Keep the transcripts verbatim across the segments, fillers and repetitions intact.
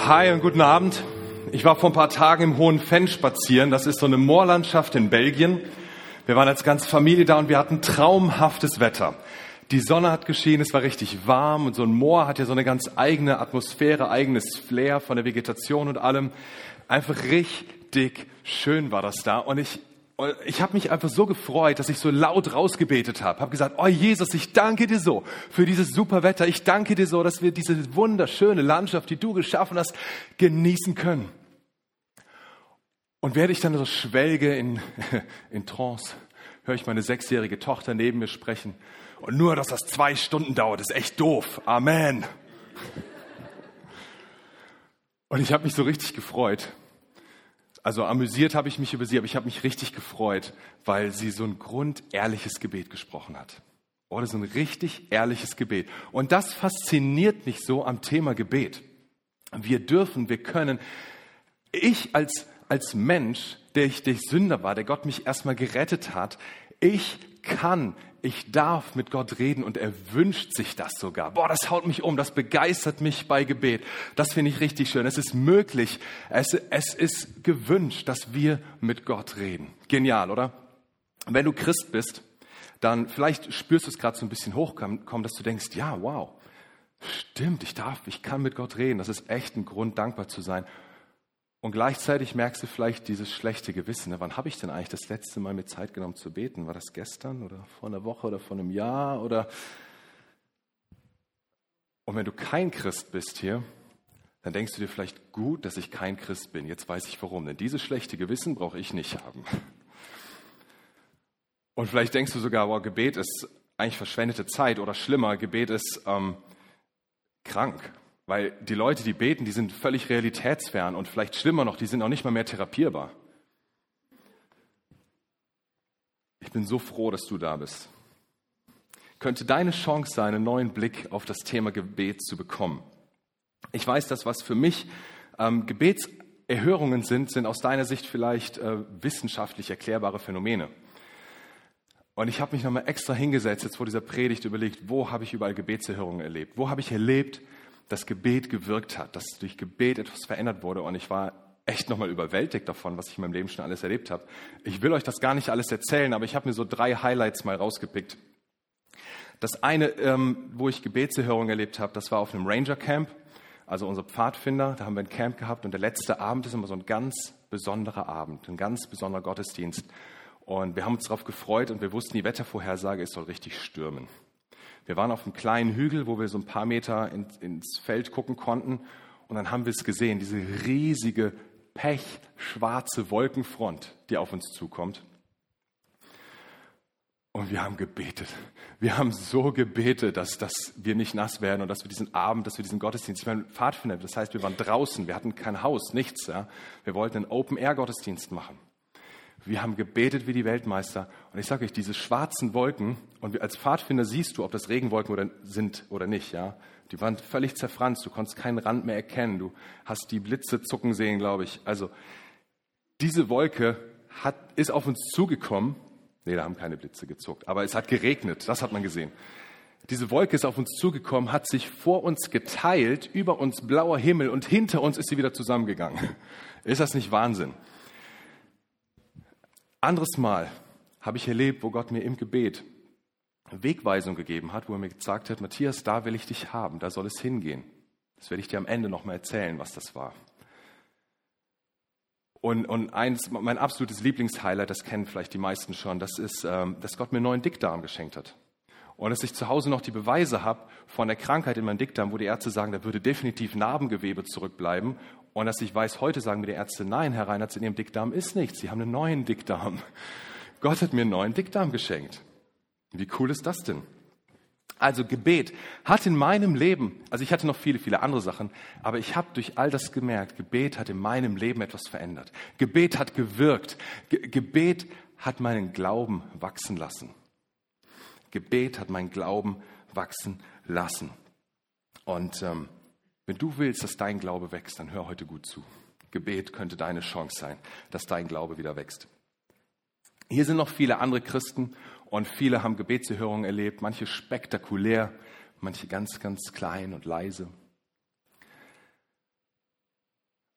Hi und guten Abend. Ich war vor ein paar Tagen im Hohen Venn spazieren. Das ist so eine Moorlandschaft in Belgien. Wir waren als ganze Familie da und wir hatten traumhaftes Wetter. Die Sonne hat geschienen, es war richtig warm und so ein Moor hat ja so eine ganz eigene Atmosphäre, eigenes Flair von der Vegetation und allem. Einfach richtig schön war das da und ich Ich habe mich einfach so gefreut, dass ich so laut rausgebetet habe. Habe gesagt, oh Jesus, ich danke dir so für dieses super Wetter. Ich danke dir so, dass wir diese wunderschöne Landschaft, die du geschaffen hast, genießen können. Und während ich dann so schwelge in, in Trance, höre ich meine sechsjährige Tochter neben mir sprechen. Und nur, dass das zwei Stunden dauert, ist echt doof. Amen. Und ich habe mich so richtig gefreut. Also amüsiert habe ich mich über sie, aber ich habe mich richtig gefreut, weil sie so ein grundehrliches Gebet gesprochen hat. Oder so ein richtig ehrliches Gebet. Und das fasziniert mich so am Thema Gebet. Wir dürfen, wir können, ich als, als Mensch, der ich der ich Sünder war, der Gott mich erstmal gerettet hat, ich kann, ich darf mit Gott reden und er wünscht sich das sogar. Boah, das haut mich um, das begeistert mich bei Gebet. Das finde ich richtig schön. Es ist möglich, es, es ist gewünscht, dass wir mit Gott reden. Genial, oder? Wenn du Christ bist, dann vielleicht spürst du es gerade so ein bisschen hochkommen, dass du denkst, ja, wow, stimmt, ich darf, ich kann mit Gott reden. Das ist echt ein Grund, dankbar zu sein. Und gleichzeitig merkst du vielleicht dieses schlechte Gewissen. Ne? Wann habe ich denn eigentlich das letzte Mal mir Zeit genommen zu beten? War das gestern oder vor einer Woche oder vor einem Jahr? Oder? Und wenn du kein Christ bist hier, dann denkst du dir vielleicht, gut, dass ich kein Christ bin. Jetzt weiß ich warum. Denn dieses schlechte Gewissen brauche ich nicht haben. Und vielleicht denkst du sogar, wow, Gebet ist eigentlich verschwendete Zeit. Oder schlimmer, Gebet ist ähm, krank. Weil die Leute, die beten, die sind völlig realitätsfern und vielleicht schlimmer noch, die sind auch nicht mal mehr therapierbar. Ich bin so froh, dass du da bist. Könnte deine Chance sein, einen neuen Blick auf das Thema Gebet zu bekommen. Ich weiß, dass was für mich ähm, Gebetserhörungen sind, sind aus deiner Sicht vielleicht äh, wissenschaftlich erklärbare Phänomene. Und ich habe mich nochmal extra hingesetzt, jetzt vor dieser Predigt überlegt, wo habe ich überall Gebetserhörungen erlebt? Wo habe ich erlebt, dass Gebet gewirkt hat, dass durch Gebet etwas verändert wurde. Und ich war echt nochmal überwältigt davon, was ich in meinem Leben schon alles erlebt habe. Ich will euch das gar nicht alles erzählen, aber ich habe mir so drei Highlights mal rausgepickt. Das eine, ähm, wo ich Gebetserhörung erlebt habe, das war auf einem Ranger Camp, also unser Pfadfinder. Da haben wir ein Camp gehabt und der letzte Abend ist immer so ein ganz besonderer Abend, ein ganz besonderer Gottesdienst. Und wir haben uns darauf gefreut und wir wussten, die Wettervorhersage, es soll richtig stürmen. Wir waren auf einem kleinen Hügel, wo wir so ein paar Meter in, ins Feld gucken konnten. Und dann haben wir es gesehen, diese riesige, pechschwarze Wolkenfront, die auf uns zukommt. Und wir haben gebetet. Wir haben so gebetet, dass, dass wir nicht nass werden und dass wir diesen Abend, dass wir diesen Gottesdienst, ich meine, Pfadfinder, das heißt, wir waren draußen, wir hatten kein Haus, nichts. Ja. Wir wollten einen Open-Air-Gottesdienst machen. Wir haben gebetet wie die Weltmeister. Und ich sage euch, diese schwarzen Wolken, und als Pfadfinder siehst du, ob das Regenwolken oder, sind oder nicht. Ja, die waren völlig zerfranst, du konntest keinen Rand mehr erkennen. Du hast die Blitze zucken sehen, glaube ich. Also diese Wolke hat, ist auf uns zugekommen. Nee, da haben keine Blitze gezuckt, aber es hat geregnet, das hat man gesehen. Diese Wolke ist auf uns zugekommen, hat sich vor uns geteilt, über uns blauer Himmel und hinter uns ist sie wieder zusammengegangen. Ist das nicht Wahnsinn? Anderes Mal habe ich erlebt, wo Gott mir im Gebet Wegweisung gegeben hat, wo er mir gesagt hat, Matthias, da will ich dich haben, da soll es hingehen. Das werde ich dir am Ende nochmal erzählen, was das war. Und, und eins, mein absolutes Lieblingshighlight, das kennen vielleicht die meisten schon, das ist, ähm, dass Gott mir einen neuen Dickdarm geschenkt hat. Und dass ich zu Hause noch die Beweise habe von der Krankheit in meinem Dickdarm, wo die Ärzte sagen, da würde definitiv Narbengewebe zurückbleiben. Und dass ich weiß, heute sagen mir die Ärzte, nein, Herr Reinhardt, in Ihrem Dickdarm ist nichts. Sie haben einen neuen Dickdarm. Gott hat mir einen neuen Dickdarm geschenkt. Wie cool ist das denn? Also Gebet hat in meinem Leben, also ich hatte noch viele, viele andere Sachen, aber ich habe durch all das gemerkt, Gebet hat in meinem Leben etwas verändert. Gebet hat gewirkt. Ge- Gebet hat meinen Glauben wachsen lassen. Gebet hat meinen Glauben wachsen lassen. Und ähm, wenn du willst, dass dein Glaube wächst, dann hör heute gut zu. Gebet könnte deine Chance sein, dass dein Glaube wieder wächst. Hier sind noch viele andere Christen und viele haben Gebetserhörungen erlebt, manche spektakulär, manche ganz, ganz klein und leise.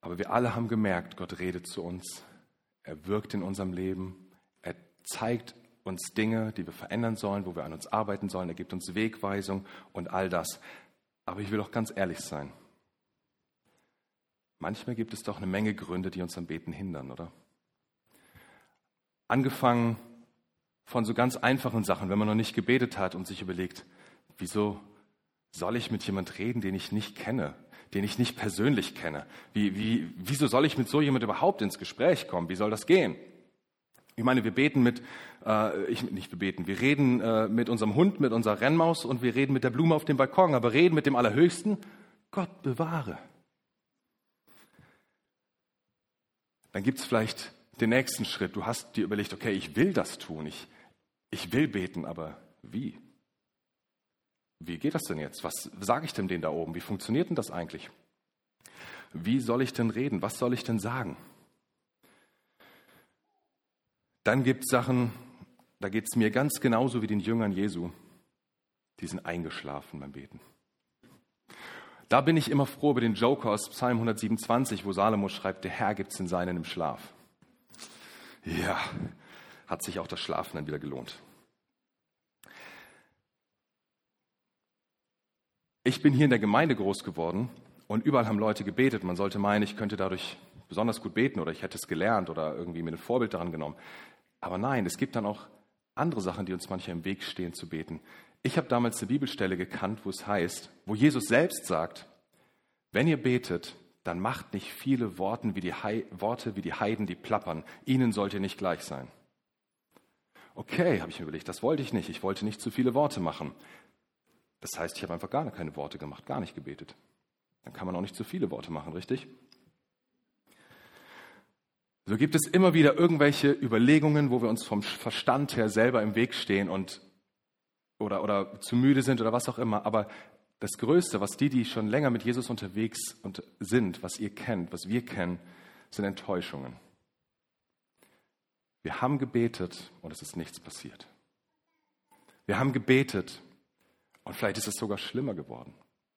Aber wir alle haben gemerkt, Gott redet zu uns. Er wirkt in unserem Leben. Er zeigt uns Dinge, die wir verändern sollen, wo wir an uns arbeiten sollen. Er gibt uns Wegweisung und all das. Aber ich will auch ganz ehrlich sein. Manchmal gibt es doch eine Menge Gründe, die uns am Beten hindern, oder? Angefangen von so ganz einfachen Sachen, wenn man noch nicht gebetet hat und sich überlegt, wieso soll ich mit jemand reden, den ich nicht kenne, den ich nicht persönlich kenne? Wie, wie, wieso soll ich mit so jemand überhaupt ins Gespräch kommen? Wie soll das gehen? Ich meine, wir beten mit, äh, ich nicht wir beten, wir reden äh, mit unserem Hund, mit unserer Rennmaus und wir reden mit der Blume auf dem Balkon, aber reden mit dem Allerhöchsten, Gott bewahre. Dann gibt es vielleicht den nächsten Schritt. Du hast dir überlegt, okay, ich will das tun, ich, ich will beten, aber wie? Wie geht das denn jetzt? Was sage ich denn denen da oben? Wie funktioniert denn das eigentlich? Wie soll ich denn reden? Was soll ich denn sagen? Dann gibt es Sachen, da geht es mir ganz genauso wie den Jüngern Jesu. Die sind eingeschlafen beim Beten. Da bin ich immer froh über den Joker aus Psalm hundertsiebenundzwanzig, wo Salomo schreibt, der Herr gibt es den Seinen im Schlaf. Ja, hat sich auch das Schlafen dann wieder gelohnt. Ich bin hier in der Gemeinde groß geworden und überall haben Leute gebetet. Man sollte meinen, ich könnte dadurch besonders gut beten oder ich hätte es gelernt oder irgendwie mir ein Vorbild daran genommen. Aber nein, es gibt dann auch andere Sachen, die uns manchmal im Weg stehen zu beten. Ich habe damals eine Bibelstelle gekannt, wo es heißt, wo Jesus selbst sagt, wenn ihr betet, dann macht nicht viele Worte wie die, He- Worte wie die Heiden, die plappern. Ihnen sollt ihr nicht gleich sein. Okay, habe ich mir überlegt, das wollte ich nicht. Ich wollte nicht zu viele Worte machen. Das heißt, ich habe einfach gar keine Worte gemacht, gar nicht gebetet. Dann kann man auch nicht zu viele Worte machen, richtig? So gibt es immer wieder irgendwelche Überlegungen, wo wir uns vom Verstand her selber im Weg stehen und oder, oder zu müde sind oder was auch immer. Aber das Größte, was die, die schon länger mit Jesus unterwegs und sind, was ihr kennt, was wir kennen, sind Enttäuschungen. Wir haben gebetet und es ist nichts passiert. Wir haben gebetet und vielleicht ist es sogar schlimmer geworden.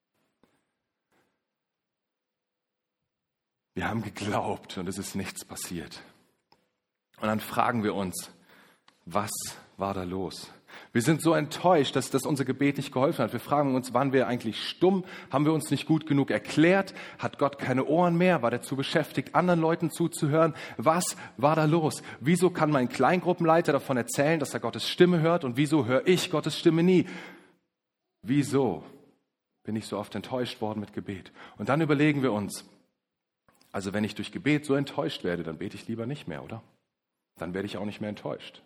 Wir haben geglaubt und es ist nichts passiert. Und dann fragen wir uns, was war da los? Wir sind so enttäuscht, dass, dass unser Gebet nicht geholfen hat. Wir fragen uns, waren wir eigentlich stumm? Haben wir uns nicht gut genug erklärt? Hat Gott keine Ohren mehr? War der zu beschäftigt, anderen Leuten zuzuhören? Was war da los? Wieso kann mein Kleingruppenleiter davon erzählen, dass er Gottes Stimme hört? Und wieso höre ich Gottes Stimme nie? Wieso bin ich so oft enttäuscht worden mit Gebet? Und dann überlegen wir uns, also wenn ich durch Gebet so enttäuscht werde, dann bete ich lieber nicht mehr, oder? Dann werde ich auch nicht mehr enttäuscht.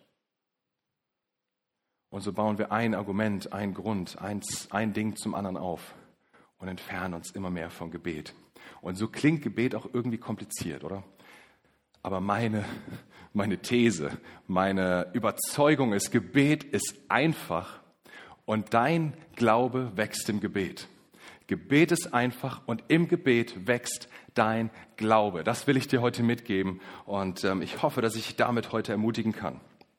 Und so bauen wir ein Argument, ein Grund, ein, ein Ding zum anderen auf und entfernen uns immer mehr vom Gebet. Und so klingt Gebet auch irgendwie kompliziert, oder? Aber meine, meine These, meine Überzeugung ist, Gebet ist einfach und dein Glaube wächst im Gebet. Gebet ist einfach und im Gebet wächst dein Glaube. Das will ich dir heute mitgeben und ähm, ich hoffe, dass ich dich damit heute ermutigen kann.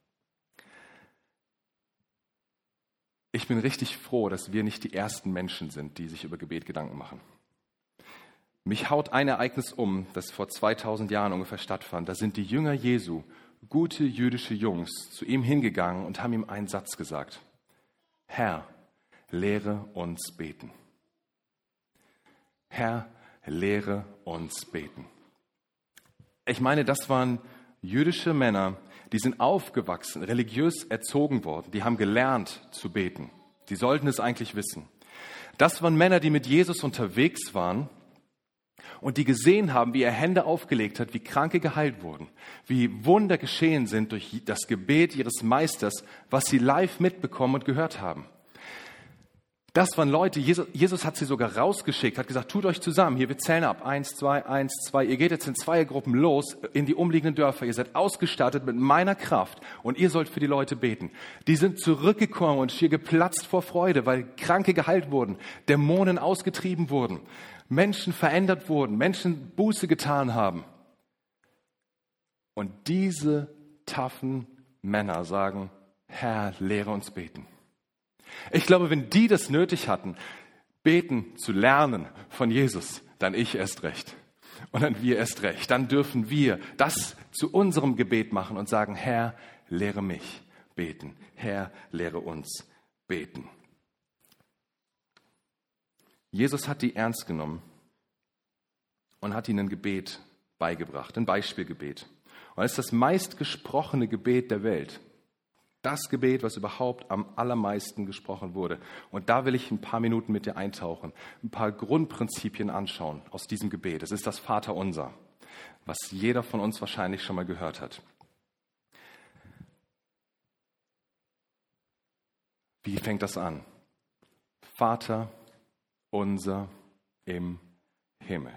Ich bin richtig froh, dass wir nicht die ersten Menschen sind, die sich über Gebet Gedanken machen. Mich haut ein Ereignis um, das vor zweitausend Jahren ungefähr stattfand. Da sind die Jünger Jesu, gute jüdische Jungs, zu ihm hingegangen und haben ihm einen Satz gesagt. Herr, lehre uns beten. Herr, lehre uns beten. Ich meine, das waren jüdische Männer, die sind aufgewachsen, religiös erzogen worden, die haben gelernt zu beten. Die sollten es eigentlich wissen. Das waren Männer, die mit Jesus unterwegs waren und die gesehen haben, wie er Hände aufgelegt hat, wie Kranke geheilt wurden, wie Wunder geschehen sind durch das Gebet ihres Meisters, was sie live mitbekommen und gehört haben. Das waren Leute, Jesus, Jesus hat sie sogar rausgeschickt, hat gesagt, tut euch zusammen, hier, wir zählen ab, eins, zwei, eins, zwei, ihr geht jetzt in Zweiergruppen los in die umliegenden Dörfer, ihr seid ausgestattet mit meiner Kraft und ihr sollt für die Leute beten. Die sind zurückgekommen und schier geplatzt vor Freude, weil Kranke geheilt wurden, Dämonen ausgetrieben wurden, Menschen verändert wurden, Menschen Buße getan haben. Und diese taffen Männer sagen, Herr, lehre uns beten. Ich glaube, wenn die das nötig hatten, beten zu lernen von Jesus, dann ich erst recht. Und dann wir erst recht. Dann dürfen wir das zu unserem Gebet machen und sagen, Herr, lehre mich beten. Herr, lehre uns beten. Jesus hat die ernst genommen und hat ihnen ein Gebet beigebracht, ein Beispielgebet. Und es ist das meistgesprochene Gebet der Welt. Das Gebet, was überhaupt am allermeisten gesprochen wurde. Und da will ich ein paar Minuten mit dir eintauchen, ein paar Grundprinzipien anschauen aus diesem Gebet. Es ist das Vaterunser, was jeder von uns wahrscheinlich schon mal gehört hat. Wie fängt das an? Vater unser im Himmel.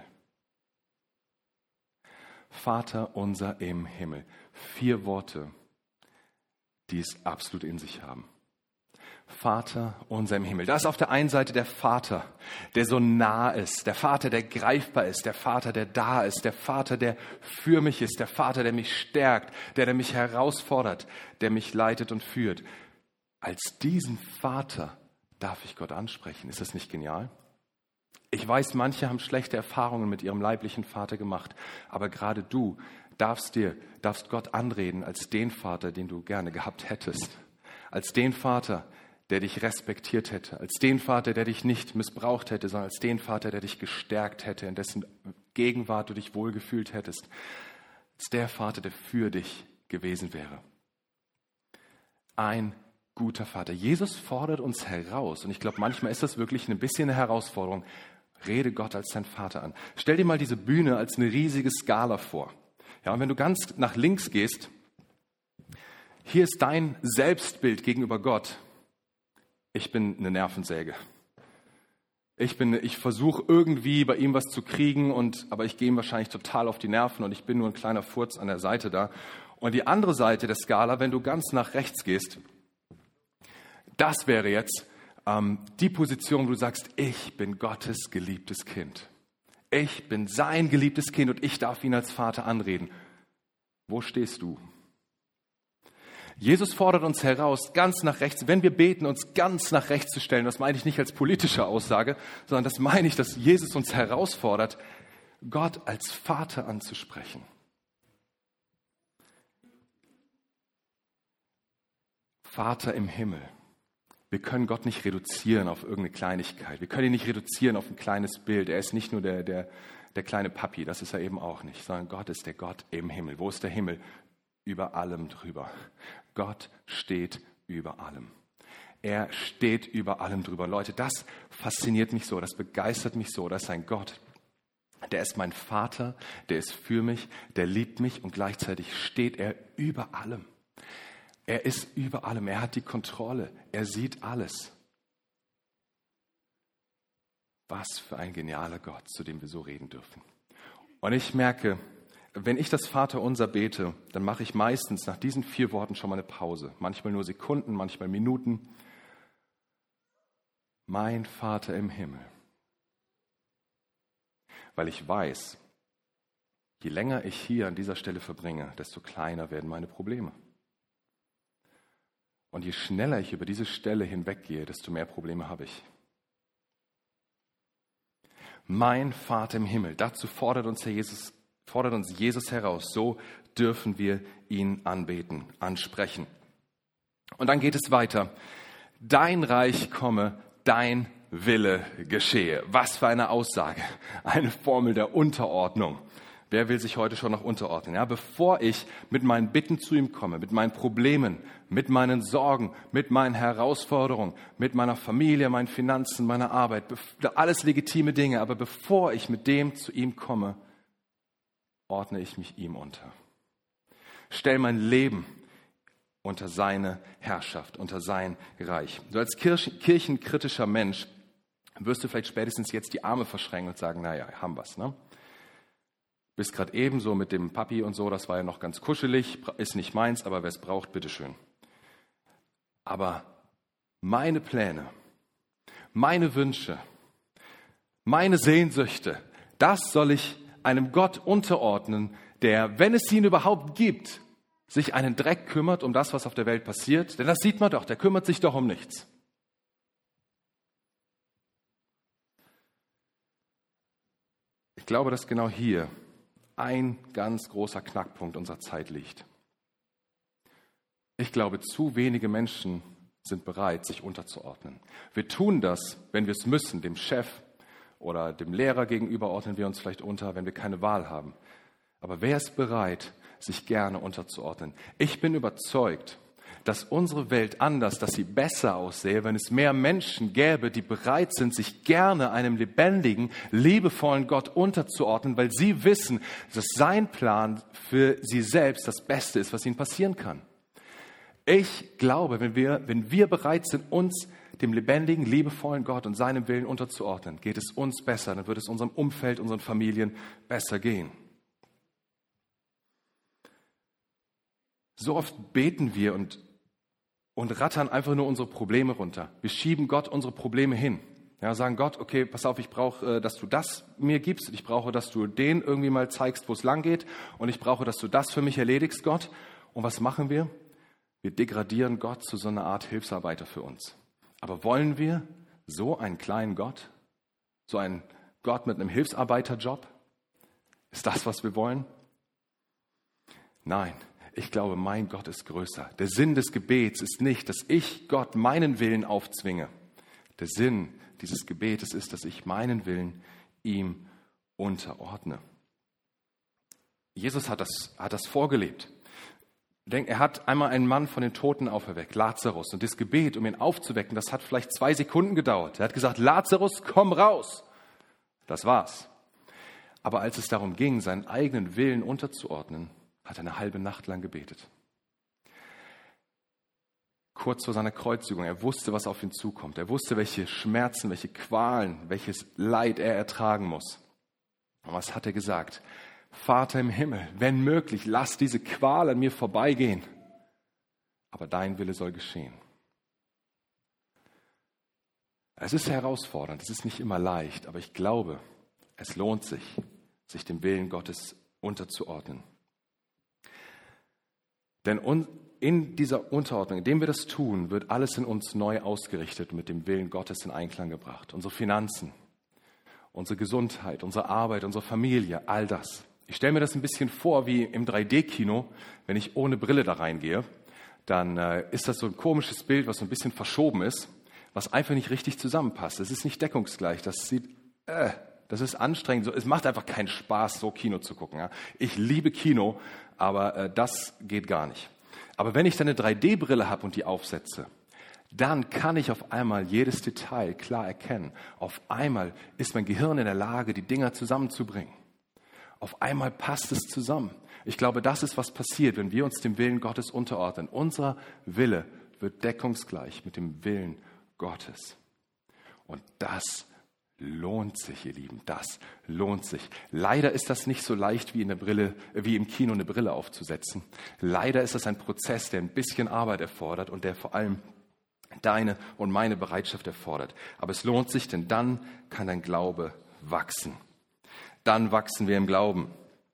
Vater unser im Himmel. Vier Worte, die es absolut in sich haben. Vater unser im Himmel. Da ist auf der einen Seite der Vater, der so nah ist, der Vater, der greifbar ist, der Vater, der da ist, der Vater, der für mich ist, der Vater, der mich stärkt, der, der mich herausfordert, der mich leitet und führt. Als diesen Vater darf ich Gott ansprechen. Ist das nicht genial? Ich weiß, manche haben schlechte Erfahrungen mit ihrem leiblichen Vater gemacht, aber gerade du darfst dir, darfst Gott anreden als den Vater, den du gerne gehabt hättest, als den Vater, der dich respektiert hätte, als den Vater, der dich nicht missbraucht hätte, sondern als den Vater, der dich gestärkt hätte, in dessen Gegenwart du dich wohlgefühlt hättest, als der Vater, der für dich gewesen wäre. Ein guter Vater. Jesus fordert uns heraus und ich glaube, manchmal ist das wirklich ein bisschen eine Herausforderung. Rede Gott als dein Vater an. Stell dir mal diese Bühne als eine riesige Skala vor. Ja, und wenn du ganz nach links gehst, hier ist dein Selbstbild gegenüber Gott. Ich bin eine Nervensäge. Ich bin, ich versuche irgendwie bei ihm was zu kriegen, und, aber ich gehe ihm wahrscheinlich total auf die Nerven und ich bin nur ein kleiner Furz an der Seite da. Und die andere Seite der Skala, wenn du ganz nach rechts gehst, das wäre jetzt ähm, die Position, wo du sagst, ich bin Gottes geliebtes Kind. Ich bin sein geliebtes Kind und ich darf ihn als Vater anreden. Wo stehst du? Jesus fordert uns heraus, ganz nach rechts, wenn wir beten, uns ganz nach rechts zu stellen. Das meine ich nicht als politische Aussage, sondern das meine ich, dass Jesus uns herausfordert, Gott als Vater anzusprechen. Vater im Himmel. Wir können Gott nicht reduzieren auf irgendeine Kleinigkeit. Wir können ihn nicht reduzieren auf ein kleines Bild. Er ist nicht nur der, der, der kleine Papi, das ist er eben auch nicht, sondern Gott ist der Gott im Himmel. Wo ist der Himmel? Über allem drüber. Gott steht über allem. Er steht über allem drüber. Leute, das fasziniert mich so, das begeistert mich so. Das ist ein Gott, der ist mein Vater, der ist für mich, der liebt mich und gleichzeitig steht er über allem. Er ist über allem, er hat die Kontrolle, er sieht alles. Was für ein genialer Gott, zu dem wir so reden dürfen. Und ich merke, wenn ich das Vaterunser bete, dann mache ich meistens nach diesen vier Worten schon mal eine Pause. Manchmal nur Sekunden, manchmal Minuten. Mein Vater im Himmel. Weil ich weiß, je länger ich hier an dieser Stelle verbringe, desto kleiner werden meine Probleme. Und je schneller ich über diese Stelle hinweggehe, desto mehr Probleme habe ich. Mein Vater im Himmel, dazu fordert uns, Herr Jesus, fordert uns Jesus heraus. So dürfen wir ihn anbeten, ansprechen. Und dann geht es weiter. Dein Reich komme, dein Wille geschehe. Was für eine Aussage, eine Formel der Unterordnung. Wer will sich heute schon noch unterordnen? Ja, bevor ich mit meinen Bitten zu ihm komme, mit meinen Problemen, mit meinen Sorgen, mit meinen Herausforderungen, mit meiner Familie, meinen Finanzen, meiner Arbeit, alles legitime Dinge, aber bevor ich mit dem zu ihm komme, ordne ich mich ihm unter. Stell mein Leben unter seine Herrschaft, unter sein Reich. So als Kirchen, kirchenkritischer Mensch wirst du vielleicht spätestens jetzt die Arme verschränken und sagen, naja, haben wir's, ne? Bis gerade eben so mit dem Papi und so, das war ja noch ganz kuschelig, ist nicht meins, aber wer es braucht, bitteschön. Aber meine Pläne, meine Wünsche, meine Sehnsüchte, das soll ich einem Gott unterordnen, der, wenn es ihn überhaupt gibt, sich einen Dreck kümmert um das, was auf der Welt passiert. Denn das sieht man doch, der kümmert sich doch um nichts. glaube, dass genau hier ein ganz großer Knackpunkt unserer Zeit liegt. Ich glaube, zu wenige Menschen sind bereit, sich unterzuordnen. Wir tun das, wenn wir es müssen, dem Chef oder dem Lehrer gegenüber ordnen wir uns vielleicht unter, wenn wir keine Wahl haben. Aber wer ist bereit, sich gerne unterzuordnen? Ich bin überzeugt, dass unsere Welt anders, dass sie besser aussähe, wenn es mehr Menschen gäbe, die bereit sind, sich gerne einem lebendigen, liebevollen Gott unterzuordnen, weil sie wissen, dass sein Plan für sie selbst das Beste ist, was ihnen passieren kann. Ich glaube, wenn wir, wenn wir bereit sind, uns dem lebendigen, liebevollen Gott und seinem Willen unterzuordnen, geht es uns besser, dann wird es unserem Umfeld, unseren Familien besser gehen. So oft beten wir und, und rattern einfach nur unsere Probleme runter. Wir schieben Gott unsere Probleme hin. Ja, sagen Gott, okay, pass auf, ich brauche, dass du das mir gibst. Ich brauche, dass du den irgendwie mal zeigst, wo es lang geht. Und ich brauche, dass du das für mich erledigst, Gott. Und was machen wir? Wir degradieren Gott zu so einer Art Hilfsarbeiter für uns. Aber wollen wir so einen kleinen Gott? So einen Gott mit einem Hilfsarbeiterjob? Ist das, was wir wollen? Nein. Ich glaube, mein Gott ist größer. Der Sinn des Gebets ist nicht, dass ich Gott meinen Willen aufzwinge. Der Sinn dieses Gebetes ist, dass ich meinen Willen ihm unterordne. Jesus hat das, hat das vorgelebt. Er hat einmal einen Mann von den Toten auferweckt, Lazarus. Und das Gebet, um ihn aufzuwecken, das hat vielleicht zwei Sekunden gedauert. Er hat gesagt, Lazarus, komm raus. Das war's. Aber als es darum ging, seinen eigenen Willen unterzuordnen, hat er eine halbe Nacht lang gebetet. Kurz vor seiner Kreuzigung, er wusste, was auf ihn zukommt. Er wusste, welche Schmerzen, welche Qualen, welches Leid er ertragen muss. Und was hat er gesagt? Vater im Himmel, wenn möglich, lass diese Qual an mir vorbeigehen. Aber dein Wille soll geschehen. Es ist herausfordernd, es ist nicht immer leicht, aber ich glaube, es lohnt sich, sich dem Willen Gottes unterzuordnen. Denn in dieser Unterordnung, indem wir das tun, wird alles in uns neu ausgerichtet und mit dem Willen Gottes in Einklang gebracht. Unsere Finanzen, unsere Gesundheit, unsere Arbeit, unsere Familie, all das. Ich stelle mir das ein bisschen vor wie im drei D Kino, wenn ich ohne Brille da reingehe, dann äh, ist das so ein komisches Bild, was so ein bisschen verschoben ist, was einfach nicht richtig zusammenpasst. Es ist nicht deckungsgleich, das sieht, äh, das ist anstrengend. Es macht einfach keinen Spaß, so Kino zu gucken. Ja. Ich liebe Kino, aber äh, das geht gar nicht. Aber wenn ich dann eine drei D Brille habe und die aufsetze, dann kann ich auf einmal jedes Detail klar erkennen. Auf einmal ist mein Gehirn in der Lage, die Dinger zusammenzubringen. Auf einmal passt es zusammen. Ich glaube, das ist, was passiert, wenn wir uns dem Willen Gottes unterordnen. Unser Wille wird deckungsgleich mit dem Willen Gottes. Und das lohnt sich, ihr Lieben, das lohnt sich. Leider ist das nicht so leicht wie in der Brille, wie im Kino eine Brille aufzusetzen. Leider ist das ein Prozess, der ein bisschen Arbeit erfordert und der vor allem deine und meine Bereitschaft erfordert. Aber es lohnt sich, denn dann kann dein Glaube wachsen. Dann wachsen wir im Glauben.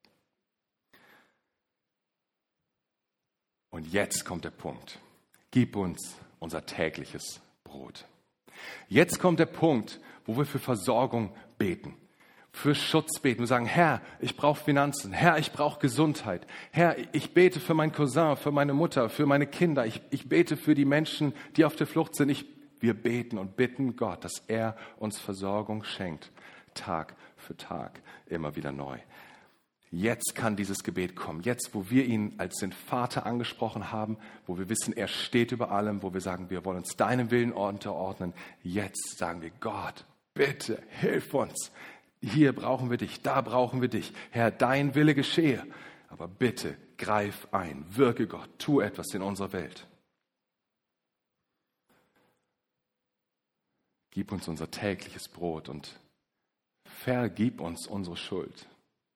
Und jetzt kommt der Punkt. Gib uns unser tägliches Brot. Jetzt kommt der Punkt, wo wir für Versorgung beten, für Schutz beten und sagen, Herr, ich brauche Finanzen, Herr, ich brauche Gesundheit, Herr, ich bete für meinen Cousin, für meine Mutter, für meine Kinder, ich, ich bete für die Menschen, die auf der Flucht sind. Ich, wir beten und bitten Gott, dass er uns Versorgung schenkt, Tag für Tag, immer wieder neu. Jetzt kann dieses Gebet kommen. Jetzt, wo wir ihn als den Vater angesprochen haben, wo wir wissen, er steht über allem, wo wir sagen, wir wollen uns deinem Willen unterordnen. Jetzt sagen wir, Gott, bitte, hilf uns. Hier brauchen wir dich, da brauchen wir dich. Herr, dein Wille geschehe. Aber bitte, greif ein, wirke Gott, tu etwas in unserer Welt. Gib uns unser tägliches Brot und vergib uns unsere Schuld.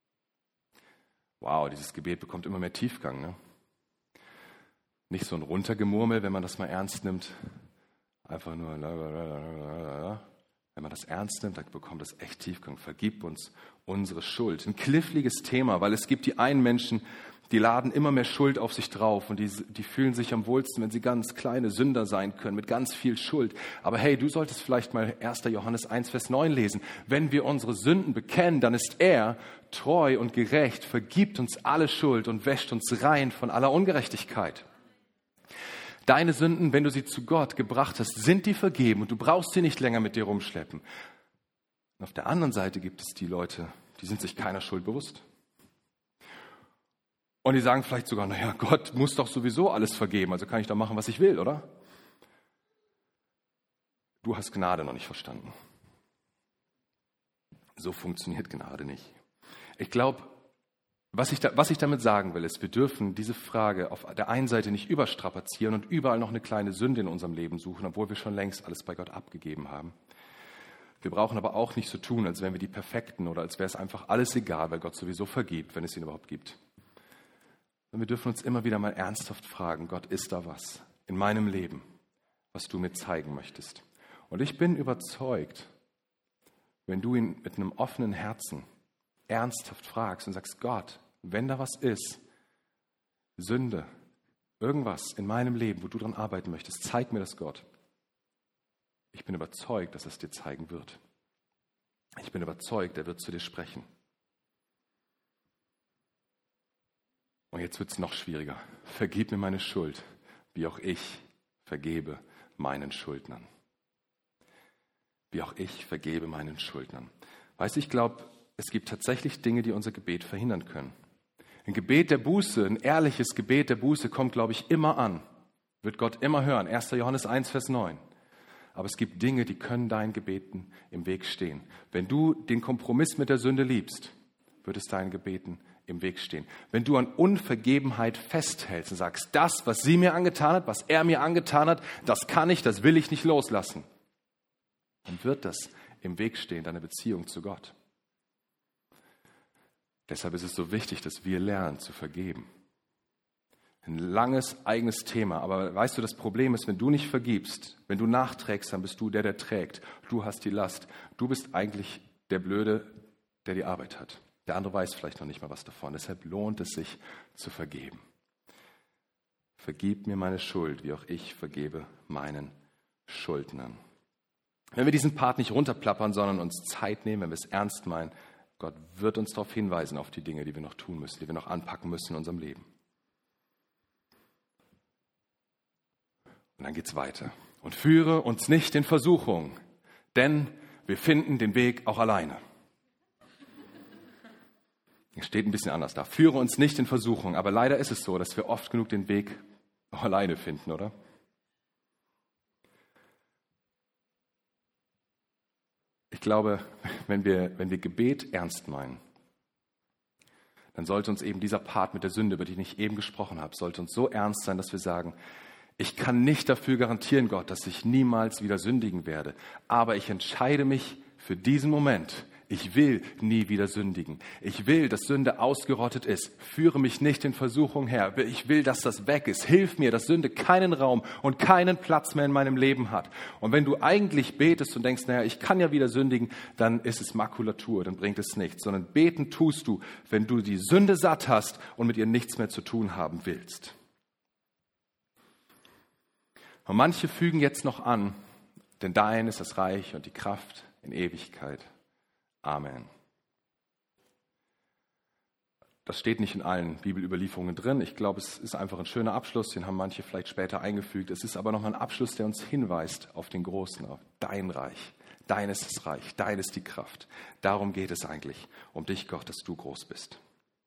Wow, dieses Gebet bekommt immer mehr Tiefgang. Ne? Nicht so ein Runtergemurmel, wenn man das mal ernst nimmt. Einfach nur, wenn man das ernst nimmt, dann bekommt das echt Tiefgang. Vergib uns unsere Schuld. Ein kniffliges Thema, weil es gibt die einen Menschen, Die laden immer mehr Schuld auf sich drauf und die, die fühlen sich am wohlsten, wenn sie ganz kleine Sünder sein können, mit ganz viel Schuld. Aber hey, du solltest vielleicht mal erster Johannes eins, Vers neun lesen. Wenn wir unsere Sünden bekennen, dann ist er treu und gerecht, vergibt uns alle Schuld und wäscht uns rein von aller Ungerechtigkeit. Deine Sünden, wenn du sie zu Gott gebracht hast, sind die vergeben und du brauchst sie nicht länger mit dir rumschleppen. Und auf der anderen Seite gibt es die Leute, die sind sich keiner Schuld bewusst. Und die sagen vielleicht sogar, naja, Gott muss doch sowieso alles vergeben, also kann ich doch machen, was ich will, oder? Du hast Gnade noch nicht verstanden. So funktioniert Gnade nicht. Ich glaube, was ich, da, was ich damit sagen will, ist, wir dürfen diese Frage auf der einen Seite nicht überstrapazieren und überall noch eine kleine Sünde in unserem Leben suchen, obwohl wir schon längst alles bei Gott abgegeben haben. Wir brauchen aber auch nicht so tun, als wären wir die Perfekten oder als wäre es einfach alles egal, weil Gott sowieso vergibt, wenn es ihn überhaupt gibt. Und wir dürfen uns immer wieder mal ernsthaft fragen, Gott, ist da was in meinem Leben, was du mir zeigen möchtest? Und ich bin überzeugt, wenn du ihn mit einem offenen Herzen ernsthaft fragst und sagst, Gott, wenn da was ist, Sünde, irgendwas in meinem Leben, wo du dran arbeiten möchtest, zeig mir das, Gott. Ich bin überzeugt, dass er es dir zeigen wird. Ich bin überzeugt, er wird zu dir sprechen. Und jetzt wird es noch schwieriger. Vergib mir meine Schuld, wie auch ich vergebe meinen Schuldnern. Wie auch ich vergebe meinen Schuldnern. Weißt du, ich glaube, es gibt tatsächlich Dinge, die unser Gebet verhindern können. Ein Gebet der Buße, ein ehrliches Gebet der Buße kommt, glaube ich, immer an. Wird Gott immer hören. erster Johannes eins, Vers neun. Aber es gibt Dinge, die können deinen Gebeten im Weg stehen. Wenn du den Kompromiss mit der Sünde liebst, wird es deinen Gebeten im Weg stehen. Wenn du an Unvergebenheit festhältst und sagst, das, was sie mir angetan hat, was er mir angetan hat, das kann ich, das will ich nicht loslassen, dann wird das im Weg stehen, deiner Beziehung zu Gott. Deshalb ist es so wichtig, dass wir lernen zu vergeben. Ein langes, eigenes Thema. Aber weißt du, das Problem ist, wenn du nicht vergibst, wenn du nachträgst, dann bist du der, der trägt. Du hast die Last. Du bist eigentlich der Blöde, der die Arbeit hat. Der andere weiß vielleicht noch nicht mal was davon. Deshalb lohnt es sich zu vergeben. Vergib mir meine Schuld, wie auch ich vergebe meinen Schuldnern. Wenn wir diesen Part nicht runterplappern, sondern uns Zeit nehmen, wenn wir es ernst meinen, Gott wird uns darauf hinweisen, auf die Dinge, die wir noch tun müssen, die wir noch anpacken müssen in unserem Leben. Und dann geht's weiter. Und führe uns nicht in Versuchung, denn wir finden den Weg auch alleine. Hier steht ein bisschen anders da. Führe uns nicht in Versuchung. Aber leider ist es so, dass wir oft genug den Weg auch alleine finden, oder? Ich glaube, wenn wir, wenn wir Gebet ernst meinen, dann sollte uns eben dieser Part mit der Sünde, über den ich eben gesprochen habe, sollte uns so ernst sein, dass wir sagen, ich kann nicht dafür garantieren, Gott, dass ich niemals wieder sündigen werde. Aber ich entscheide mich für diesen Moment. Ich will nie wieder sündigen. Ich will, dass Sünde ausgerottet ist. Führe mich nicht in Versuchung her. Ich will, dass das weg ist. Hilf mir, dass Sünde keinen Raum und keinen Platz mehr in meinem Leben hat. Und wenn du eigentlich betest und denkst, naja, ich kann ja wieder sündigen, dann ist es Makulatur, dann bringt es nichts. Sondern beten tust du, wenn du die Sünde satt hast und mit ihr nichts mehr zu tun haben willst. Und manche fügen jetzt noch an, denn dein ist das Reich und die Kraft in Ewigkeit. Amen. Das steht nicht in allen Bibelüberlieferungen drin. Ich glaube, es ist einfach ein schöner Abschluss, den haben manche vielleicht später eingefügt. Es ist aber nochmal ein Abschluss, der uns hinweist auf den Großen, auf dein Reich. Dein ist das Reich, dein ist die Kraft. Darum geht es eigentlich, um dich, Gott, dass du groß bist.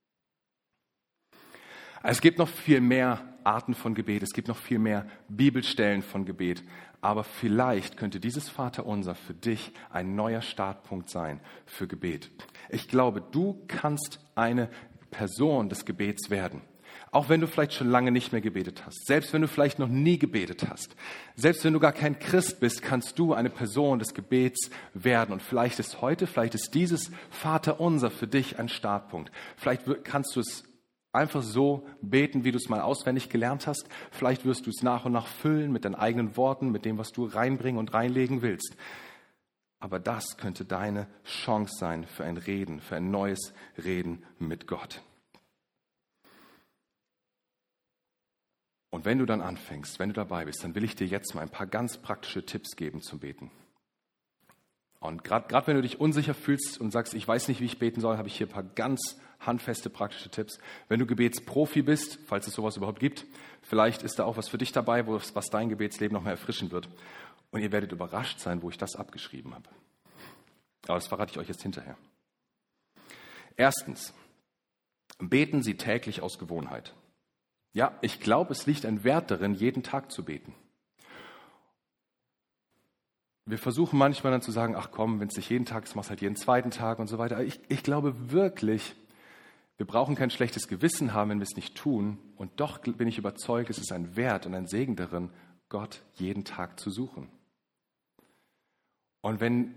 Es gibt noch viel mehr Arten von Gebet, es gibt noch viel mehr Bibelstellen von Gebet, aber vielleicht könnte dieses Vaterunser für dich ein neuer Startpunkt sein für Gebet. Ich glaube, du kannst eine Person des Gebets werden, auch wenn du vielleicht schon lange nicht mehr gebetet hast, selbst wenn du vielleicht noch nie gebetet hast, selbst wenn du gar kein Christ bist, kannst du eine Person des Gebets werden und vielleicht ist heute, vielleicht ist dieses Vaterunser für dich ein Startpunkt. Vielleicht kannst du es einfach so beten, wie du es mal auswendig gelernt hast. Vielleicht wirst du es nach und nach füllen mit deinen eigenen Worten, mit dem, was du reinbringen und reinlegen willst. Aber das könnte deine Chance sein für ein Reden, für ein neues Reden mit Gott. Und wenn du dann anfängst, wenn du dabei bist, dann will ich dir jetzt mal ein paar ganz praktische Tipps geben zum Beten. Und gerade wenn du dich unsicher fühlst und sagst, ich weiß nicht, wie ich beten soll, habe ich hier ein paar ganz handfeste praktische Tipps. Wenn du Gebetsprofi bist, falls es sowas überhaupt gibt, vielleicht ist da auch was für dich dabei, was dein Gebetsleben noch mal erfrischen wird. Und ihr werdet überrascht sein, wo ich das abgeschrieben habe. Aber das verrate ich euch jetzt hinterher. Erstens, beten Sie täglich aus Gewohnheit. Ja, ich glaube, es liegt ein Wert darin, jeden Tag zu beten. Wir versuchen manchmal dann zu sagen, ach komm, wenn es nicht jeden Tag ist, mach es halt jeden zweiten Tag und so weiter. Ich, ich glaube wirklich, wir brauchen kein schlechtes Gewissen haben, wenn wir es nicht tun. Und doch bin ich überzeugt, es ist ein Wert und ein Segen darin, Gott jeden Tag zu suchen. Und wenn,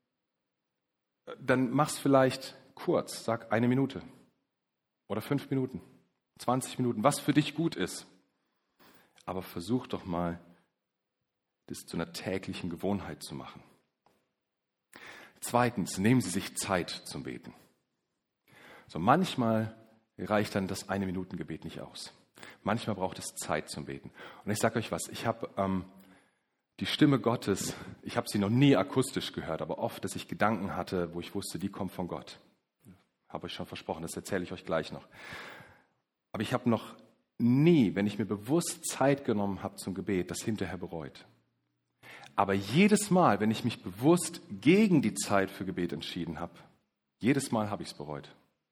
dann mach's vielleicht kurz, sag eine Minute oder fünf Minuten, zwanzig Minuten, was für dich gut ist. Aber versuch doch mal, das zu einer täglichen Gewohnheit zu machen. Zweitens, nehmen Sie sich Zeit zum Beten. So manchmal reicht dann das Eine-Minuten-Gebet nicht aus. Manchmal braucht es Zeit zum Beten. Und ich sage euch was, ich habe ähm, die Stimme Gottes, ich habe sie noch nie akustisch gehört, aber oft, dass ich Gedanken hatte, wo ich wusste, die kommen von Gott. Habe ich schon versprochen, das erzähle ich euch gleich noch. Aber ich habe noch nie, wenn ich mir bewusst Zeit genommen habe zum Gebet, das hinterher bereut. Aber jedes Mal, wenn ich mich bewusst gegen die Zeit für Gebet entschieden habe, jedes Mal habe ich es bereut.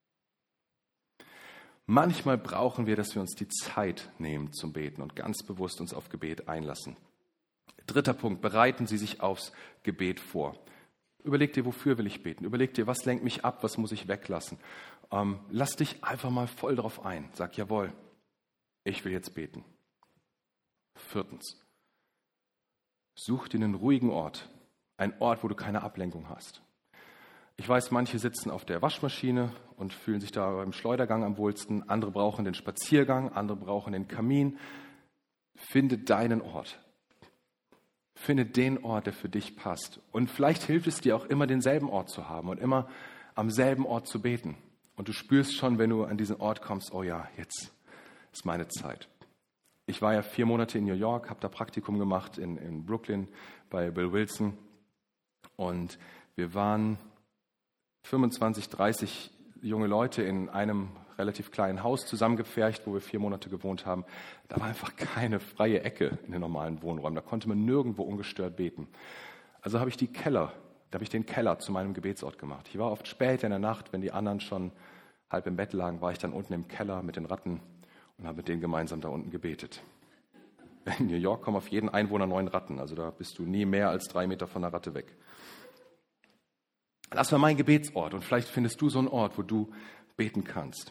Manchmal brauchen wir, dass wir uns die Zeit nehmen zum Beten und ganz bewusst uns auf Gebet einlassen. Dritter Punkt, bereiten Sie sich aufs Gebet vor. Überleg dir, wofür will ich beten? Überleg dir, was lenkt mich ab, was muss ich weglassen? Ähm, lass dich einfach mal voll drauf ein. Sag, jawohl, ich will jetzt beten. Viertens, such dir einen ruhigen Ort, einen Ort, wo du keine Ablenkung hast. Ich weiß, manche sitzen auf der Waschmaschine und fühlen sich da beim Schleudergang am wohlsten. Andere brauchen den Spaziergang, andere brauchen den Kamin. Finde deinen Ort. Finde den Ort, der für dich passt. Und vielleicht hilft es dir auch immer, denselben Ort zu haben und immer am selben Ort zu beten. Und du spürst schon, wenn du an diesen Ort kommst, oh ja, jetzt ist meine Zeit. Ich war ja vier Monate in New York, habe da Praktikum gemacht in, in Brooklyn bei Bill Wilson. Und wir waren fünfundzwanzig, dreißig junge Leute in einem relativ kleinen Haus zusammengepfercht, wo wir vier Monate gewohnt haben. Da war einfach keine freie Ecke in den normalen Wohnräumen. Da konnte man nirgendwo ungestört beten. Also habe ich die Keller, da habe ich den Keller zu meinem Gebetsort gemacht. Ich war oft spät in der Nacht, wenn die anderen schon halb im Bett lagen, war ich dann unten im Keller mit den Ratten und habe mit denen gemeinsam da unten gebetet. In New York kommen auf jeden Einwohner neun Ratten, also da bist du nie mehr als drei Meter von der Ratte weg. Das war mein Gebetsort und vielleicht findest du so einen Ort, wo du beten kannst.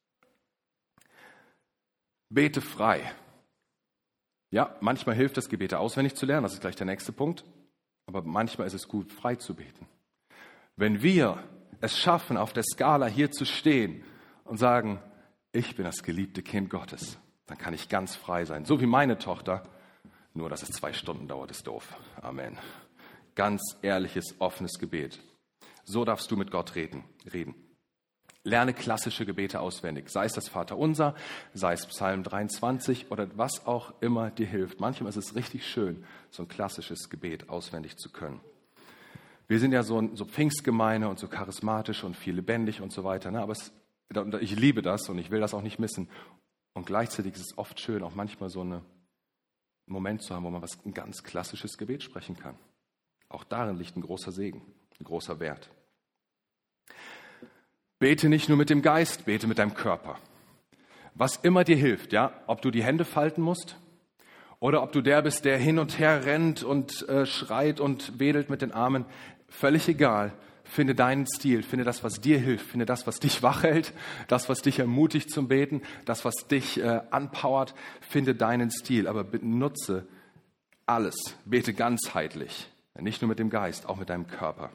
Bete frei. Ja, manchmal hilft es, Gebete auswendig zu lernen, das ist gleich der nächste Punkt. Aber manchmal ist es gut, frei zu beten. Wenn wir es schaffen, auf der Skala hier zu stehen und sagen, ich bin das geliebte Kind Gottes, dann kann ich ganz frei sein. So wie meine Tochter, nur dass es zwei Stunden dauert, ist doof. Amen. Ganz ehrliches, offenes Gebet. So darfst du mit Gott reden. reden. Lerne klassische Gebete auswendig, sei es das Vaterunser, sei es Psalm dreiundzwanzig oder was auch immer dir hilft. Manchmal ist es richtig schön, so ein klassisches Gebet auswendig zu können. Wir sind ja so, so Pfingstgemeinde und so charismatisch und viel lebendig und so weiter. Ne? Aber es, ich liebe das und ich will das auch nicht missen. Und gleichzeitig ist es oft schön, auch manchmal so einen Moment zu haben, wo man was, ein ganz klassisches Gebet sprechen kann. Auch darin liegt ein großer Segen, ein großer Wert. Bete nicht nur mit dem Geist, bete mit deinem Körper. Was immer dir hilft, ja, ob du die Hände falten musst oder ob du der bist, der hin und her rennt und äh, schreit und wedelt mit den Armen, völlig egal. Finde deinen Stil, finde das, was dir hilft, finde das, was dich wach hält, das, was dich ermutigt zum Beten, das, was dich äh, anpowert, finde deinen Stil, aber benutze alles, bete ganzheitlich, nicht nur mit dem Geist, auch mit deinem Körper.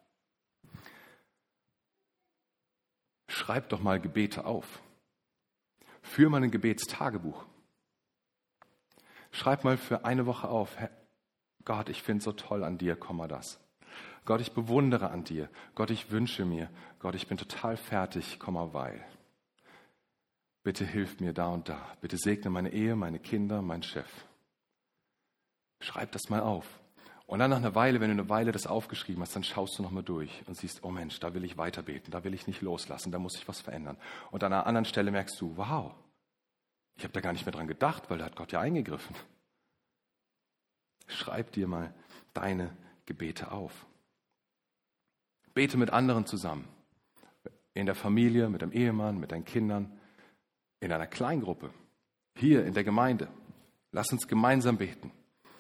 Schreib doch mal Gebete auf. Führ mal ein Gebetstagebuch. Schreib mal für eine Woche auf, Gott, ich finde so toll an dir, komm mal das. Gott, ich bewundere an dir. Gott, ich wünsche mir. Gott, ich bin total fertig, komm mal weil. bitte hilf mir da und da. Bitte segne meine Ehe, meine Kinder, meinen Chef. Schreib das mal auf. Und dann nach einer Weile, wenn du eine Weile das aufgeschrieben hast, dann schaust du nochmal durch und siehst, oh Mensch, da will ich weiter beten, da will ich nicht loslassen, da muss ich was verändern. Und an einer anderen Stelle merkst du, wow, ich habe da gar nicht mehr dran gedacht, weil da hat Gott ja eingegriffen. Schreib dir mal deine Gebete auf. Bete mit anderen zusammen. In der Familie, mit deinem Ehemann, mit deinen Kindern, in einer Kleingruppe, hier in der Gemeinde. Lass uns gemeinsam beten.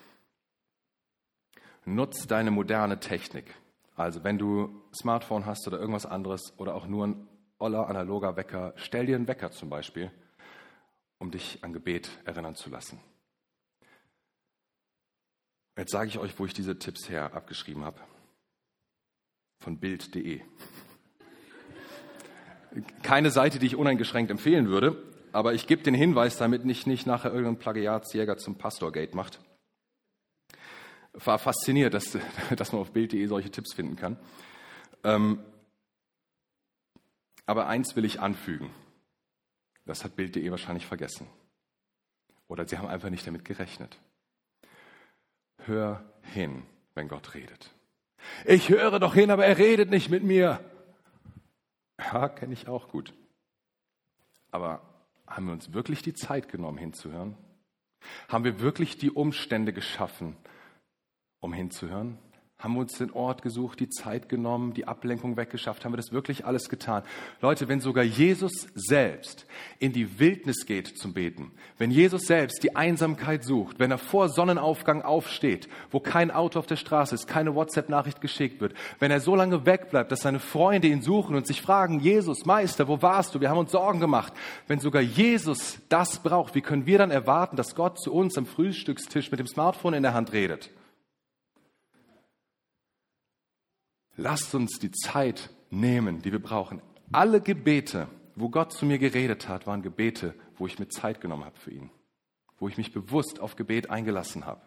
Nutz deine moderne Technik. Also wenn du Smartphone hast oder irgendwas anderes oder auch nur ein oller analoger Wecker, stell dir einen Wecker zum Beispiel, um dich an Gebet erinnern zu lassen. Jetzt sage ich euch, wo ich diese Tipps her abgeschrieben habe. Von bild punkt de. Keine Seite, die ich uneingeschränkt empfehlen würde, aber ich gebe den Hinweis, damit nicht, nicht nachher irgendein Plagiatsjäger zum Pastorgate macht. War fasziniert, dass, dass man auf bild punkt de solche Tipps finden kann. Ähm, aber eins will ich anfügen. Das hat bild punkt de wahrscheinlich vergessen. Oder sie haben einfach nicht damit gerechnet. Hör hin, wenn Gott redet. Ich höre doch hin, aber er redet nicht mit mir. Ja, kenne ich auch gut. Aber haben wir uns wirklich die Zeit genommen, hinzuhören? Haben wir wirklich die Umstände geschaffen, um hinzuhören? Haben wir uns den Ort gesucht, die Zeit genommen, die Ablenkung weggeschafft? Haben wir das wirklich alles getan? Leute, wenn sogar Jesus selbst in die Wildnis geht zum Beten, wenn Jesus selbst die Einsamkeit sucht, wenn er vor Sonnenaufgang aufsteht, wo kein Auto auf der Straße ist, keine WhatsApp-Nachricht geschickt wird, wenn er so lange wegbleibt, dass seine Freunde ihn suchen und sich fragen, Jesus, Meister, wo warst du? Wir haben uns Sorgen gemacht. Wenn sogar Jesus das braucht, wie können wir dann erwarten, dass Gott zu uns am Frühstückstisch mit dem Smartphone in der Hand redet? Lasst uns die Zeit nehmen, die wir brauchen. Alle Gebete, wo Gott zu mir geredet hat, waren Gebete, wo ich mir Zeit genommen habe für ihn. Wo ich mich bewusst auf Gebet eingelassen habe.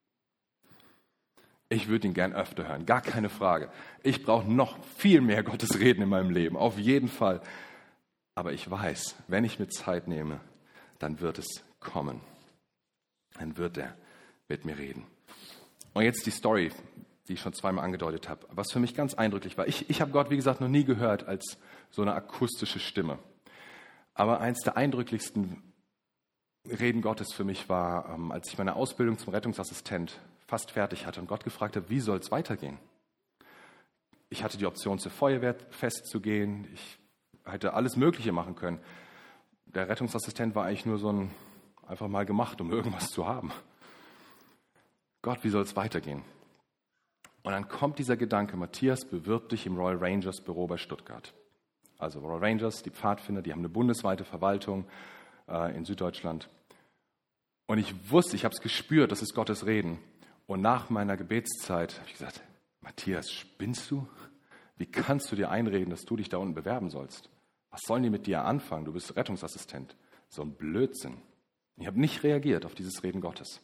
Ich würde ihn gern öfter hören, gar keine Frage. Ich brauche noch viel mehr Gottes Reden in meinem Leben, auf jeden Fall. Aber ich weiß, wenn ich mir Zeit nehme, dann wird es kommen. Dann wird er mit mir reden. Und jetzt die Story, die ich schon zweimal angedeutet habe, was für mich ganz eindrücklich war. Ich, ich habe Gott, wie gesagt, noch nie gehört als so eine akustische Stimme. Aber eins der eindrücklichsten Reden Gottes für mich war, ähm, als ich meine Ausbildung zum Rettungsassistent fast fertig hatte und Gott gefragt habe, wie soll es weitergehen? Ich hatte die Option, zur Feuerwehr festzugehen. Ich hätte alles Mögliche machen können. Der Rettungsassistent war eigentlich nur so ein, einfach mal gemacht, um irgendwas zu haben. Gott, wie soll es weitergehen? Und dann kommt dieser Gedanke, Matthias, bewirb dich im Royal Rangers Büro bei Stuttgart. Also Royal Rangers, die Pfadfinder, die haben eine bundesweite Verwaltung äh, in Süddeutschland. Und ich wusste, ich habe es gespürt, das ist Gottes Reden. Und nach meiner Gebetszeit habe ich gesagt, Matthias, spinnst du? Wie kannst du dir einreden, dass du dich da unten bewerben sollst? Was sollen die mit dir anfangen? Du bist Rettungsassistent. So ein Blödsinn. Ich habe nicht reagiert auf dieses Reden Gottes.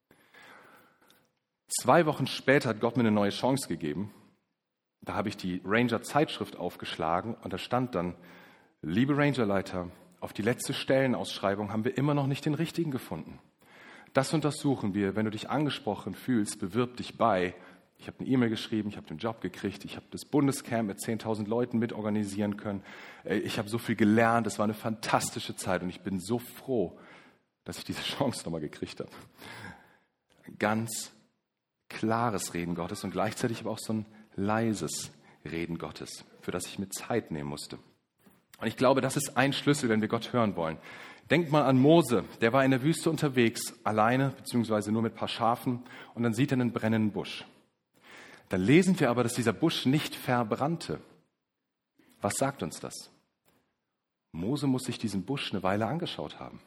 Zwei Wochen später hat Gott mir eine neue Chance gegeben. Da habe ich die Ranger-Zeitschrift aufgeschlagen und da stand dann, liebe Rangerleiter, auf die letzte Stellenausschreibung haben wir immer noch nicht den richtigen gefunden. Das und das suchen wir. Wenn du dich angesprochen fühlst, bewirb dich bei. Ich habe eine E-Mail geschrieben, ich habe den Job gekriegt, ich habe das Bundescamp mit zehntausend Leuten mitorganisieren können. Ich habe so viel gelernt, es war eine fantastische Zeit und ich bin so froh, dass ich diese Chance nochmal gekriegt habe. Ganz klares Reden Gottes und gleichzeitig aber auch so ein leises Reden Gottes, für das ich mir Zeit nehmen musste. Und ich glaube, das ist ein Schlüssel, wenn wir Gott hören wollen. Denkt mal an Mose, der war in der Wüste unterwegs, alleine, beziehungsweise nur mit ein paar Schafen, und dann sieht er einen brennenden Busch. Dann lesen wir aber, dass dieser Busch nicht verbrannte. Was sagt uns das? Mose muss sich diesen Busch eine Weile angeschaut haben.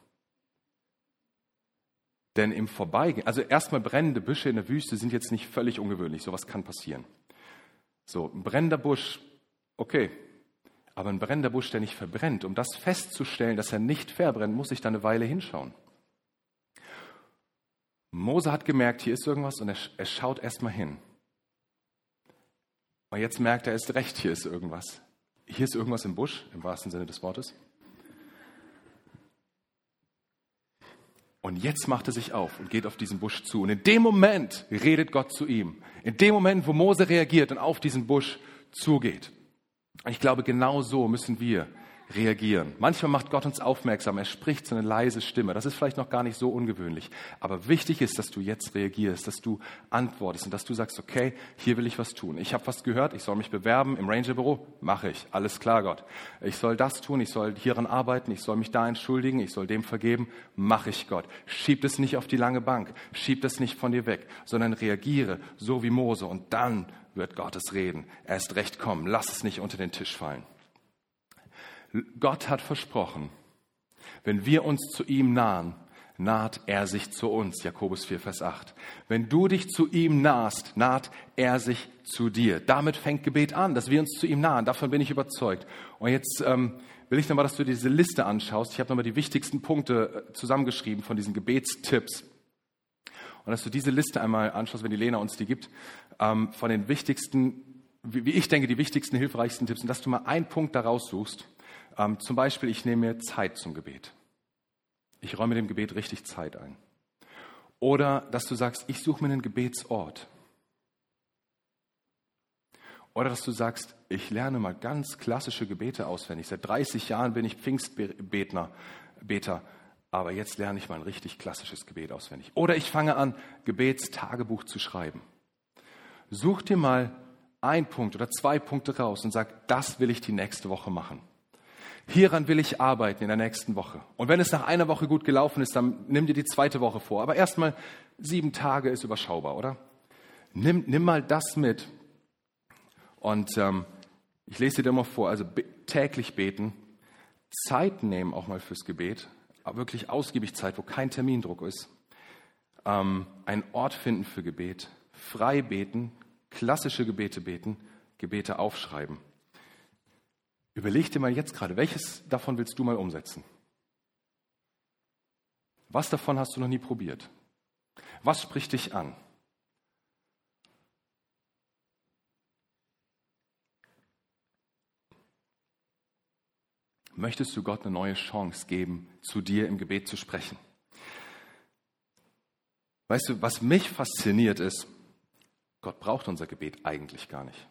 Denn im Vorbeigehen, also erstmal brennende Büsche in der Wüste sind jetzt nicht völlig ungewöhnlich, sowas kann passieren. So, ein brennender Busch, okay, aber ein brennender Busch, der nicht verbrennt, um das festzustellen, dass er nicht verbrennt, muss ich da eine Weile hinschauen. Mose hat gemerkt, hier ist irgendwas und er, er schaut erstmal hin. Und jetzt merkt er erst recht, hier ist irgendwas. Hier ist irgendwas im Busch, im wahrsten Sinne des Wortes. Und jetzt macht er sich auf und geht auf diesen Busch zu. Und in dem Moment redet Gott zu ihm. In dem Moment, wo Mose reagiert und auf diesen Busch zugeht. Ich glaube, genau so müssen wir reagieren. Manchmal macht Gott uns aufmerksam. Er spricht so eine leise Stimme. Das ist vielleicht noch gar nicht so ungewöhnlich. Aber wichtig ist, dass du jetzt reagierst, dass du antwortest und dass du sagst, okay, hier will ich was tun. Ich habe was gehört, ich soll mich bewerben im Rangerbüro. Mache ich. Alles klar, Gott. Ich soll das tun, ich soll hieran arbeiten, ich soll mich da entschuldigen, ich soll dem vergeben. Mache ich, Gott. Schieb es nicht auf die lange Bank. Schieb es nicht von dir weg, sondern reagiere so wie Mose. Und dann wird Gottes Reden erst recht kommen. Lass es nicht unter den Tisch fallen. Gott hat versprochen, wenn wir uns zu ihm nahen, naht er sich zu uns. Jakobus vier, Vers acht. Wenn du dich zu ihm nahst, naht er sich zu dir. Damit fängt Gebet an, dass wir uns zu ihm nahen. Davon bin ich überzeugt. Und jetzt ähm, will ich nochmal, dass du diese Liste anschaust. Ich habe nochmal die wichtigsten Punkte zusammengeschrieben von diesen Gebetstipps. Und dass du diese Liste einmal anschaust, wenn die Lena uns die gibt, ähm, von den wichtigsten, wie, wie ich denke, die wichtigsten, hilfreichsten Tipps. Und dass du mal einen Punkt daraus suchst. Ähm, zum Beispiel, ich nehme mir Zeit zum Gebet. Ich räume dem Gebet richtig Zeit ein. Oder dass du sagst, ich suche mir einen Gebetsort. Oder dass du sagst, ich lerne mal ganz klassische Gebete auswendig. Seit dreißig Jahren bin ich Pfingstbeter, Beter, aber jetzt lerne ich mal ein richtig klassisches Gebet auswendig. Oder ich fange an, Gebetstagebuch zu schreiben. Such dir mal einen Punkt oder zwei Punkte raus und sag, das will ich die nächste Woche machen. Hieran will ich arbeiten in der nächsten Woche. Und wenn es nach einer Woche gut gelaufen ist, dann nimm dir die zweite Woche vor. Aber erstmal sieben Tage ist überschaubar, oder? Nimm, nimm mal das mit. Und ähm, ich lese dir mal vor, also be- täglich beten, Zeit nehmen auch mal fürs Gebet, aber wirklich ausgiebig Zeit, wo kein Termindruck ist. Ähm, einen Ort finden für Gebet, frei beten, klassische Gebete beten, Gebete aufschreiben. Überleg dir mal jetzt gerade, welches davon willst du mal umsetzen? Was davon hast du noch nie probiert? Was spricht dich an? Möchtest du Gott eine neue Chance geben, zu dir im Gebet zu sprechen? Weißt du, was mich fasziniert ist, Gott braucht unser Gebet eigentlich gar nicht.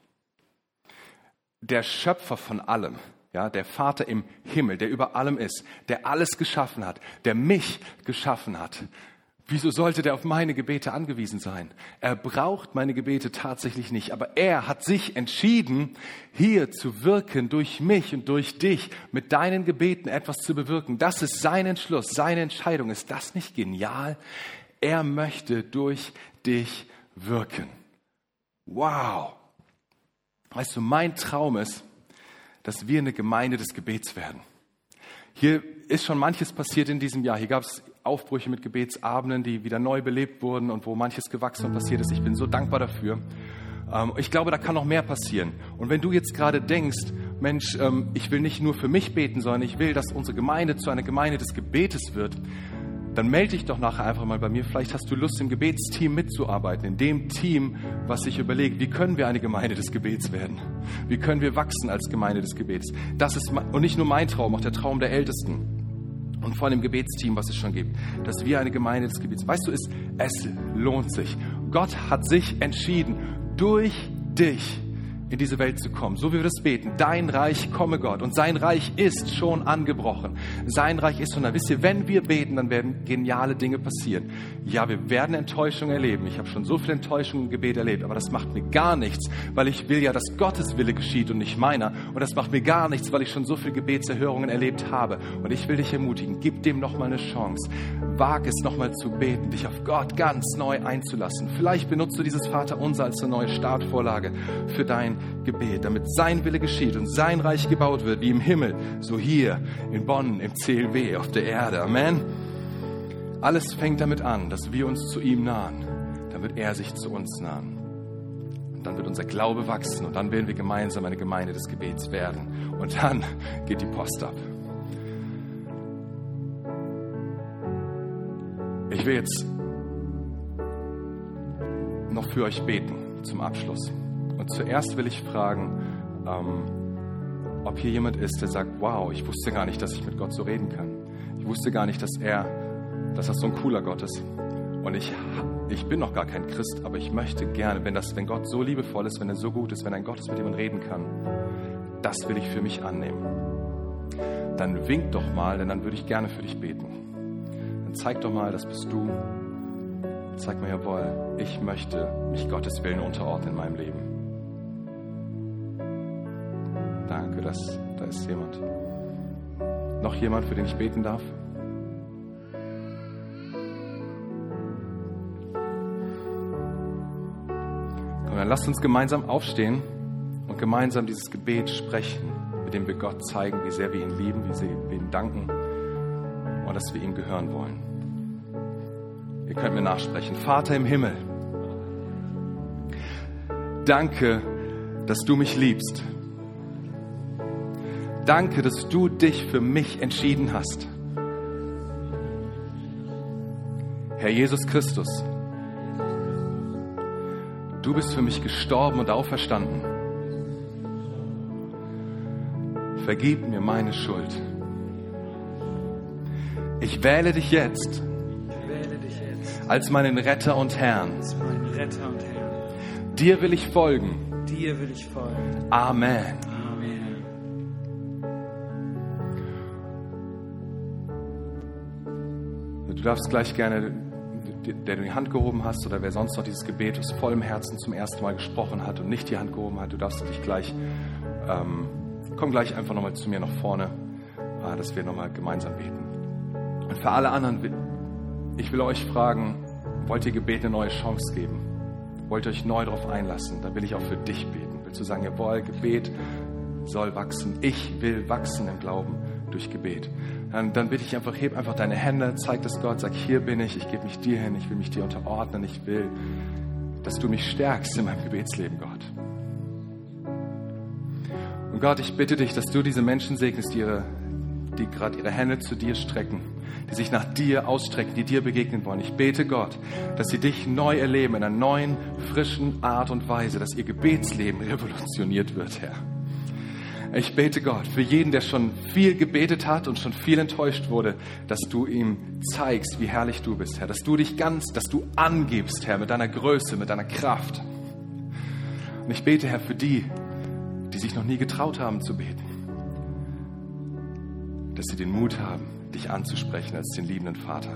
Der Schöpfer von allem, ja, der Vater im Himmel, der über allem ist, der alles geschaffen hat, der mich geschaffen hat. Wieso sollte der auf meine Gebete angewiesen sein? Er braucht meine Gebete tatsächlich nicht, aber er hat sich entschieden, hier zu wirken durch mich und durch dich, mit deinen Gebeten etwas zu bewirken. Das ist sein Entschluss, seine Entscheidung. Ist das nicht genial? Er möchte durch dich wirken. Wow! Weißt du, mein Traum ist, dass wir eine Gemeinde des Gebets werden. Hier ist schon manches passiert in diesem Jahr. Hier gab es Aufbrüche mit Gebetsabenden, die wieder neu belebt wurden und wo manches gewachsen und passiert ist. Ich bin so dankbar dafür. Ich glaube, da kann noch mehr passieren. Und wenn du jetzt gerade denkst, Mensch, ich will nicht nur für mich beten, sondern ich will, dass unsere Gemeinde zu einer Gemeinde des Gebetes wird, dann melde dich doch nachher einfach mal bei mir. Vielleicht hast du Lust, im Gebetsteam mitzuarbeiten, in dem Team, was sich überlegt, wie können wir eine Gemeinde des Gebets werden? Wie können wir wachsen als Gemeinde des Gebets? Das ist, und nicht nur mein Traum, auch der Traum der Ältesten und von dem Gebetsteam, was es schon gibt, dass wir eine Gemeinde des Gebets. Weißt du, es, es lohnt sich. Gott hat sich entschieden, durch dich in diese Welt zu kommen. So wie wir das beten. Dein Reich komme, Gott. Und sein Reich ist schon angebrochen. Sein Reich ist schon da. Wisst ihr, wenn wir beten, dann werden geniale Dinge passieren. Ja, wir werden Enttäuschung erleben. Ich habe schon so viel Enttäuschung im Gebet erlebt, aber das macht mir gar nichts, weil ich will ja, dass Gottes Wille geschieht und nicht meiner. Und das macht mir gar nichts, weil ich schon so viele Gebetserhörungen erlebt habe. Und ich will dich ermutigen, gib dem nochmal eine Chance. Wag es nochmal zu beten, dich auf Gott ganz neu einzulassen. Vielleicht benutzt du dieses Vaterunser als eine neue Startvorlage für dein Gebet, damit sein Wille geschieht und sein Reich gebaut wird, wie im Himmel, so hier in Bonn, im C L W, auf der Erde. Amen. Alles fängt damit an, dass wir uns zu ihm nahen. Dann wird er sich zu uns nahen. Und dann wird unser Glaube wachsen und dann werden wir gemeinsam eine Gemeinde des Gebets werden. Und dann geht die Post ab. Ich will jetzt noch für euch beten zum Abschluss. Und zuerst will ich fragen, ähm, ob hier jemand ist, der sagt, wow, ich wusste gar nicht, dass ich mit Gott so reden kann. Ich wusste gar nicht, dass er dass das so ein cooler Gott ist. Und ich, ich bin noch gar kein Christ, aber ich möchte gerne, wenn, das, wenn Gott so liebevoll ist, wenn er so gut ist, wenn ein Gott ist, mit dem man reden kann, das will ich für mich annehmen. Dann wink doch mal, denn dann würde ich gerne für dich beten. Dann zeig doch mal, das bist du. Zeig mir, jawohl, ich möchte mich Gottes Willen unterordnen in meinem Leben. Danke, dass, da ist jemand. Noch jemand, für den ich beten darf? Und dann lasst uns gemeinsam aufstehen und gemeinsam dieses Gebet sprechen, mit dem wir Gott zeigen, wie sehr wir ihn lieben, wie sehr wir ihm danken und dass wir ihm gehören wollen. Ihr könnt mir nachsprechen. Vater im Himmel, danke, dass du mich liebst. Danke, dass du dich für mich entschieden hast. Herr Jesus Christus, du bist für mich gestorben und auferstanden. Vergib mir meine Schuld. Ich wähle dich jetzt als meinen Retter und Herrn. Als meinen Retter und Herrn. Dir will ich folgen. Dir will ich folgen. Amen. Amen. Du darfst gleich gerne, der du die Hand gehoben hast oder wer sonst noch dieses Gebet aus vollem Herzen zum ersten Mal gesprochen hat und nicht die Hand gehoben hat, du darfst dich gleich, ähm, komm gleich einfach nochmal zu mir nach vorne, äh, dass wir nochmal gemeinsam beten. Und für alle anderen, ich will euch fragen, wollt ihr Gebet eine neue Chance geben? Wollt ihr euch neu darauf einlassen? Dann will ich auch für dich beten. Willst du sagen, jawohl, Gebet soll wachsen. Ich will wachsen im Glauben durch Gebet. Dann, dann bitte ich einfach, heb einfach deine Hände, zeig das Gott, sag, hier bin ich, ich gebe mich dir hin, ich will mich dir unterordnen, ich will, dass du mich stärkst in meinem Gebetsleben, Gott. Und Gott, ich bitte dich, dass du diese Menschen segnest, die, ihre, die gerade ihre Hände zu dir strecken, die sich nach dir ausstrecken, die dir begegnen wollen. Ich bete Gott, dass sie dich neu erleben, in einer neuen, frischen Art und Weise, dass ihr Gebetsleben revolutioniert wird, Herr. Ich bete Gott für jeden, der schon viel gebetet hat und schon viel enttäuscht wurde, dass du ihm zeigst, wie herrlich du bist, Herr. Dass du dich ganz, dass du angibst, Herr, mit deiner Größe, mit deiner Kraft. Und ich bete, Herr, für die, die sich noch nie getraut haben zu beten, dass sie den Mut haben, dich anzusprechen als den liebenden Vater.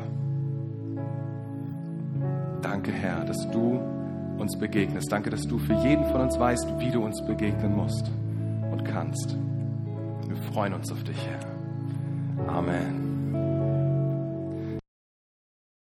Danke, Herr, dass du uns begegnest. Danke, dass du für jeden von uns weißt, wie du uns begegnen musst und kannst. Wir freuen uns auf dich, Herr. Amen.